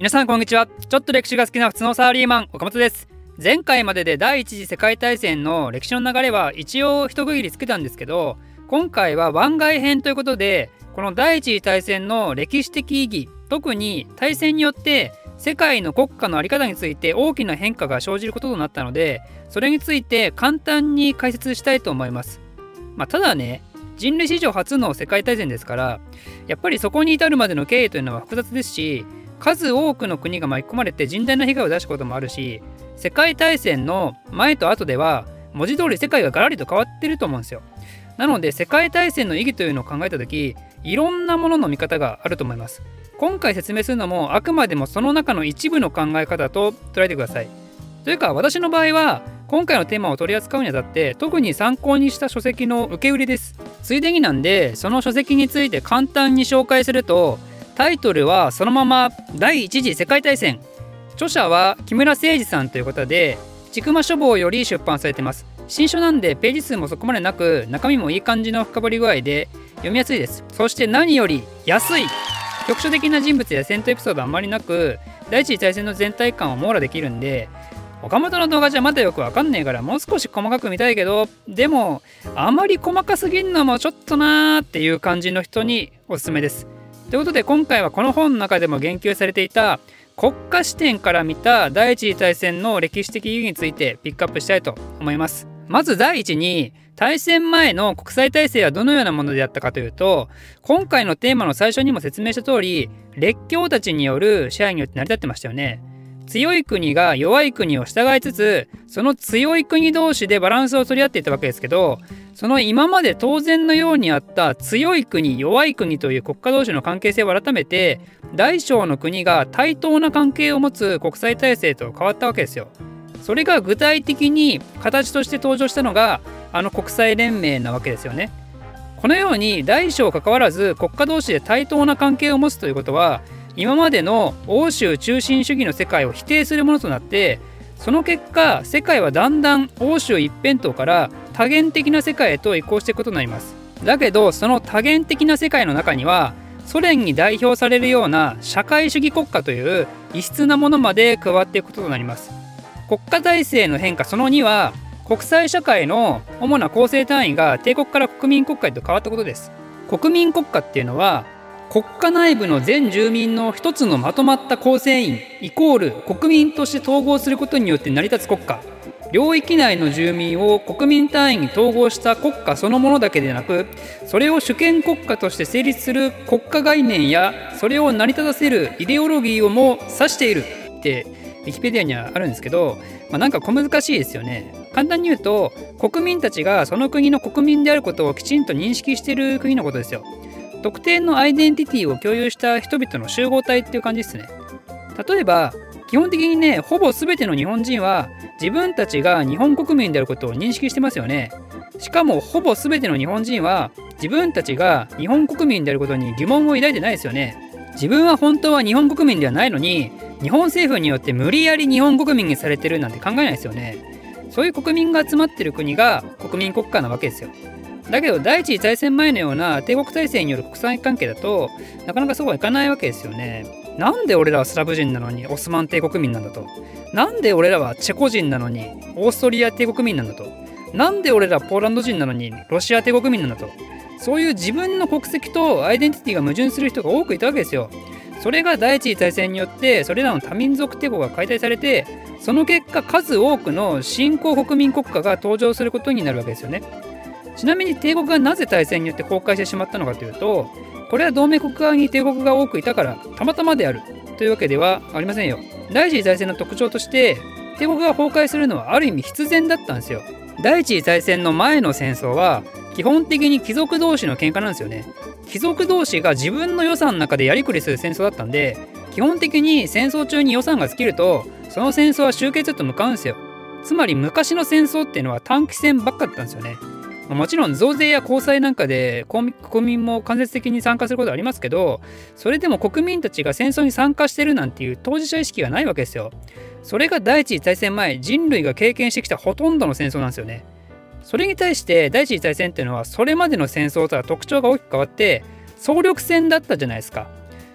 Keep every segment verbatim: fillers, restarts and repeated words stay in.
皆さんこんにちは。ちょっと歴史が好きな普通のサラリーマン岡本です。前回までで第一次世界大戦の歴史の流れは一応一区切りつけたんですけど、今回は番外編ということで、この第一次大戦の歴史的意義、特に大戦によって世界の国家の在り方について大きな変化が生じることとなったので、それについて簡単に解説したいと思います。まあ、ただね、人類史上初の世界大戦ですから、やっぱりそこに至るまでの経緯というのは複雑ですし、数多くの国が巻き込まれて甚大な被害を出したこともあるし、世界大戦の前と後では文字通り世界がガラリと変わってると思うんですよ。なので世界大戦の意義というのを考えた時、いろんなものの見方があると思います。今回説明するのもあくまでもその中の一部の考え方と捉えてください。というか私の場合は今回のテーマを取り扱うにあたって特に参考にした書籍の受け売りです。ついでになんでその書籍について簡単に紹介すると、タイトルはそのまま第一次世界大戦、著者は木村誠二さんという方で、千曲書房より出版されています。新書なんでページ数もそこまでなく、中身もいい感じの深掘り具合で読みやすいです。そして何より安い。局所的な人物や戦闘エピソードはあんまりなく、第一次大戦の全体感を網羅できるんで、岡本の動画じゃまだよくわかんねえからもう少し細かく見たいけど、でもあまり細かすぎんのもちょっとなーっていう感じの人におすすめです。ということで今回はこの本の中でも言及されていた国家視点から見た第一次大戦の歴史的意義についてピックアップしたいと思います。まず第一に、大戦前の国際体制はどのようなものであったかというと、今回のテーマの最初にも説明した通り、列強たちによる支配によって成り立ってましたよね。強い国が弱い国を従いつつ、その強い国同士でバランスを取り合っていたわけですけど、その今まで当然のようにあった強い国弱い国という国家同士の関係性を改めて、大小の国が対等な関係を持つ国際体制と変わったわけですよ。それが具体的に形として登場したのがあの国際連盟なわけですよね。このように大小関わらず国家同士で対等な関係を持つということは、今までの欧州中心主義の世界を否定するものとなって、その結果世界はだんだん欧州一辺倒から多元的な世界へと移行していくことになります。だけどその多元的な世界の中には、ソ連に代表されるような社会主義国家という異質なものまで加わっていくこととなります。国家体制の変化そのには、国際社会の主な構成単位が帝国から国民国家へと変わったことです。国民国家っていうのは、国家内部の全住民の一つのまとまった構成員イコール国民として統合することによって成り立つ国家。領域内の住民を国民単位に統合した国家そのものだけでなく、それを主権国家として成立する国家概念やそれを成り立たせるイデオロギーをも指しているってウィキペディアにはあるんですけど、まあ、なんか小難しいですよね。簡単に言うと、国民たちがその国の国民であることをきちんと認識している国のことですよ。特定のアイデンティティを共有した人々の集合体っていう感じですね。例えば基本的にね、ほぼ全ての日本人は自分たちが日本国民であることを認識してますよね。しかもほぼ全ての日本人は自分たちが日本国民であることに疑問を抱いてないですよね。自分は本当は日本国民ではないのに、日本政府によって無理やり日本国民にされてるなんて考えないですよね。そういう国民が集まってる国が国民国家なわけですよ。だけど第一次大戦前のような帝国体制による国際関係だとなかなかそうはいかないわけですよね。なんで俺らはスラブ人なのにオスマン帝国民なんだと。なんで俺らはチェコ人なのにオーストリア帝国民なんだと。なんで俺らポーランド人なのにロシア帝国民なんだと。そういう自分の国籍とアイデンティティが矛盾する人が多くいたわけですよ。それが第一次大戦によってそれらの多民族帝国が解体されて、その結果数多くの新興国民国家が登場することになるわけですよね。ちなみに帝国がなぜ大戦によって崩壊してしまったのかというと、これは同盟国側に帝国が多くいたからたまたまであるというわけではありませんよ。第一次大戦の特徴として帝国が崩壊するのはある意味必然だったんですよ。第一次大戦の前の戦争は基本的に貴族同士の喧嘩なんですよね。貴族同士が自分の予算の中でやりくりする戦争だったんで、基本的に戦争中に予算が尽きるとその戦争は終結へと向かうんですよ。つまり昔の戦争っていうのは短期戦ばっかだったんですよね。もちろん増税や公債なんかで国民も間接的に参加することはありますけど、それでも国民たちが戦争に参加してるなんていう当事者意識がないわけですよ。それが第一次大戦前、人類が経験してきたほとんどの戦争なんですよね。それに対して第一次大戦っていうのはそれまでの戦争とは特徴が大きく変わって総力戦だったじゃないですか。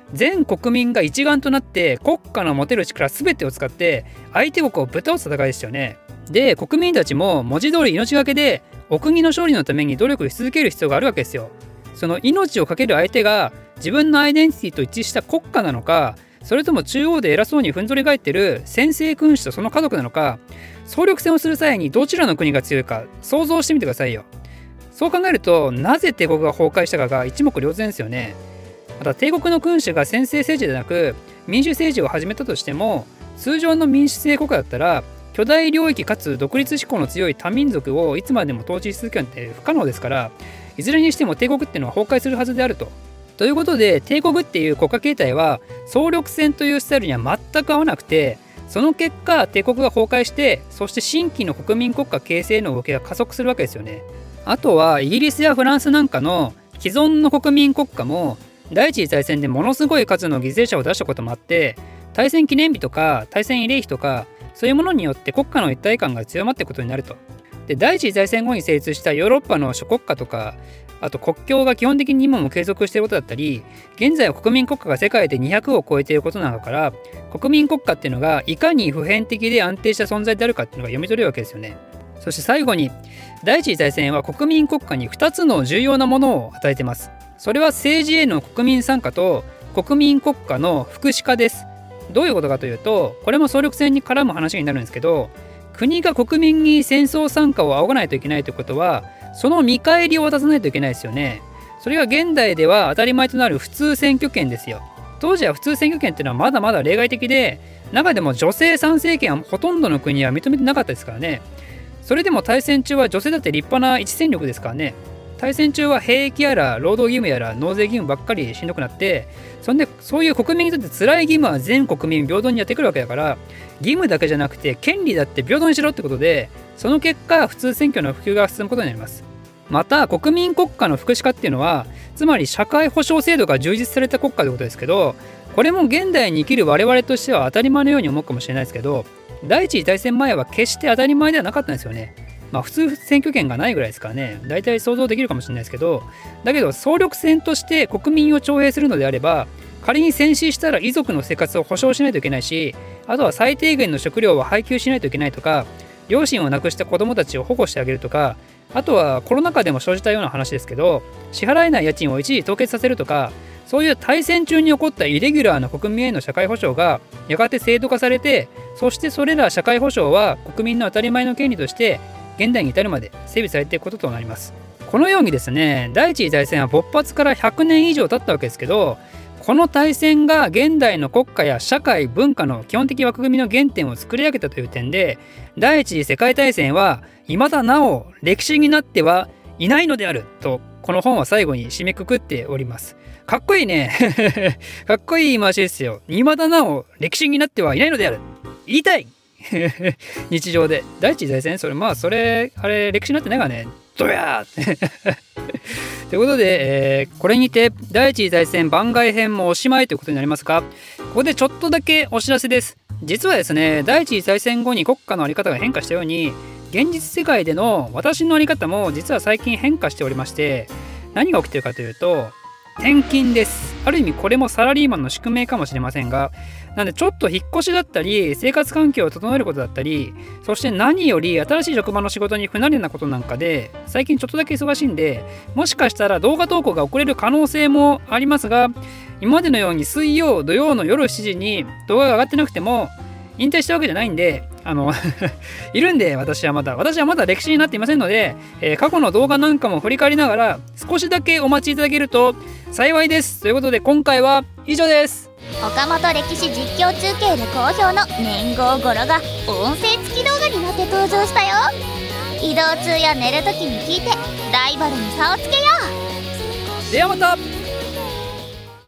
全国民が一丸となって国家の持てる力全てを使って相手国をぶっ倒す戦いですよね。で、国民たちも文字通り命がけでお国の勝利のために努力し続ける必要があるわけですよ。その命をかける相手が自分のアイデンティティと一致した国家なのか、それとも中央で偉そうにふんぞり返ってる専制君主とその家族なのか、総力戦をする際にどちらの国が強いか想像してみてくださいよ。そう考えると、なぜ帝国が崩壊したかが一目瞭然ですよね。また帝国の君主が専制政治でなく民主政治を始めたとしても、通常の民主制国家だったら巨大領域かつ独立志向の強い多民族をいつまでも統治し続けるなんて不可能ですから、いずれにしても帝国っていうのは崩壊するはずであると。ということで、帝国っていう国家形態は総力戦というスタイルには全く合わなくて、その結果帝国が崩壊して、そして新規の国民国家形成の動きが加速するわけですよね。あとはイギリスやフランスなんかの既存の国民国家も第一次大戦でものすごい数の犠牲者を出したこともあって、大戦記念日とか大戦慰霊碑とかそういうものによって国家の一体感が強まっていくことになると。で、第一次大戦後に成立したヨーロッパの諸国家とか、あと国境が基本的に今も継続していることだったり、現在は国民国家が世界でにひゃくを超えていることなのだから、国民国家っていうのがいかに普遍的で安定した存在であるかっていうのが読み取れるわけですよね。そして最後に、第一次大戦は国民国家にふたつの重要なものを与えています。それは政治への国民参加と国民国家の福祉化です。どういうことかというと、これも総力戦に絡む話になるんですけど、国が国民に戦争参加を仰がないといけないということは、その見返りを渡さないといけないですよね。それが現代では当たり前となる普通選挙権ですよ。当時は普通選挙権っていうのはまだまだ例外的で、中でも女性参政権はほとんどの国は認めてなかったですからね。それでも大戦中は女性だって立派な一戦力ですからね。大戦中は兵役やら労働義務やら納税義務ばっかりしんどくなって、そんでそういう国民にとって辛い義務は全国民平等にやってくるわけだから、義務だけじゃなくて権利だって平等にしろってことで、その結果普通選挙の普及が進むことになります。また国民国家の福祉化っていうのは、つまり社会保障制度が充実された国家ということですけど、これも現代に生きる我々としては当たり前のように思うかもしれないですけど、第一次大戦前は決して当たり前ではなかったんですよね。まあ普通選挙権がないぐらいですからね、大体想像できるかもしれないですけど、だけど総力戦として国民を徴兵するのであれば、仮に戦死したら遺族の生活を保障しないといけないし、あとは最低限の食料を配給しないといけないとか、両親を亡くした子どもたちを保護してあげるとか、あとはコロナ禍でも生じたような話ですけど、支払えない家賃を一時凍結させるとか、そういう大戦中に起こったイレギュラーな国民への社会保障がやがて制度化されて、そしてそれら社会保障は国民の当たり前の権利として現代に至るまで整備されていくこととなります。このようにですね、第一次大戦は勃発からひゃくねん以上経ったわけですけど、この大戦が現代の国家や社会文化の基本的枠組みの原点を作り上げたという点で、第一次世界大戦は未だなお歴史になってはいないのであると、この本は最後に締めくくっております。かっこいいねかっこいい言い回しですよ。未だなお歴史になってはいないのである、言いたい日常で第一次大戦、それまあそれあれ歴史になってないからね、ドヤーということで、えー、これにて第一次大戦番外編もおしまいということになりますが、ここでちょっとだけお知らせです。実はですね、第一次大戦後に国家の在り方が変化したように、現実世界での私の在り方も実は最近変化しておりまして、何が起きているかというと、転勤です。ある意味これもサラリーマンの宿命かもしれませんが、なんでちょっと引っ越しだったり生活環境を整えることだったり、そして何より新しい職場の仕事に不慣れなことなんかで最近ちょっとだけ忙しいんで、もしかしたら動画投稿が遅れる可能性もありますが、今までのように水曜土曜の夜しちじに動画が上がってなくても引退したわけじゃないんで、あのいるんで、私はまだ私はまだ歴史になっていませんので、えー、過去の動画なんかも振り返りながら少しだけお待ちいただけると幸いです。ということで今回は以上です。 岡本歴史実況中継で好評の年号語呂が音声付き動画になって登場したよ。移動中や寝るときに聞いてライバルに差をつけよう。 ではまた。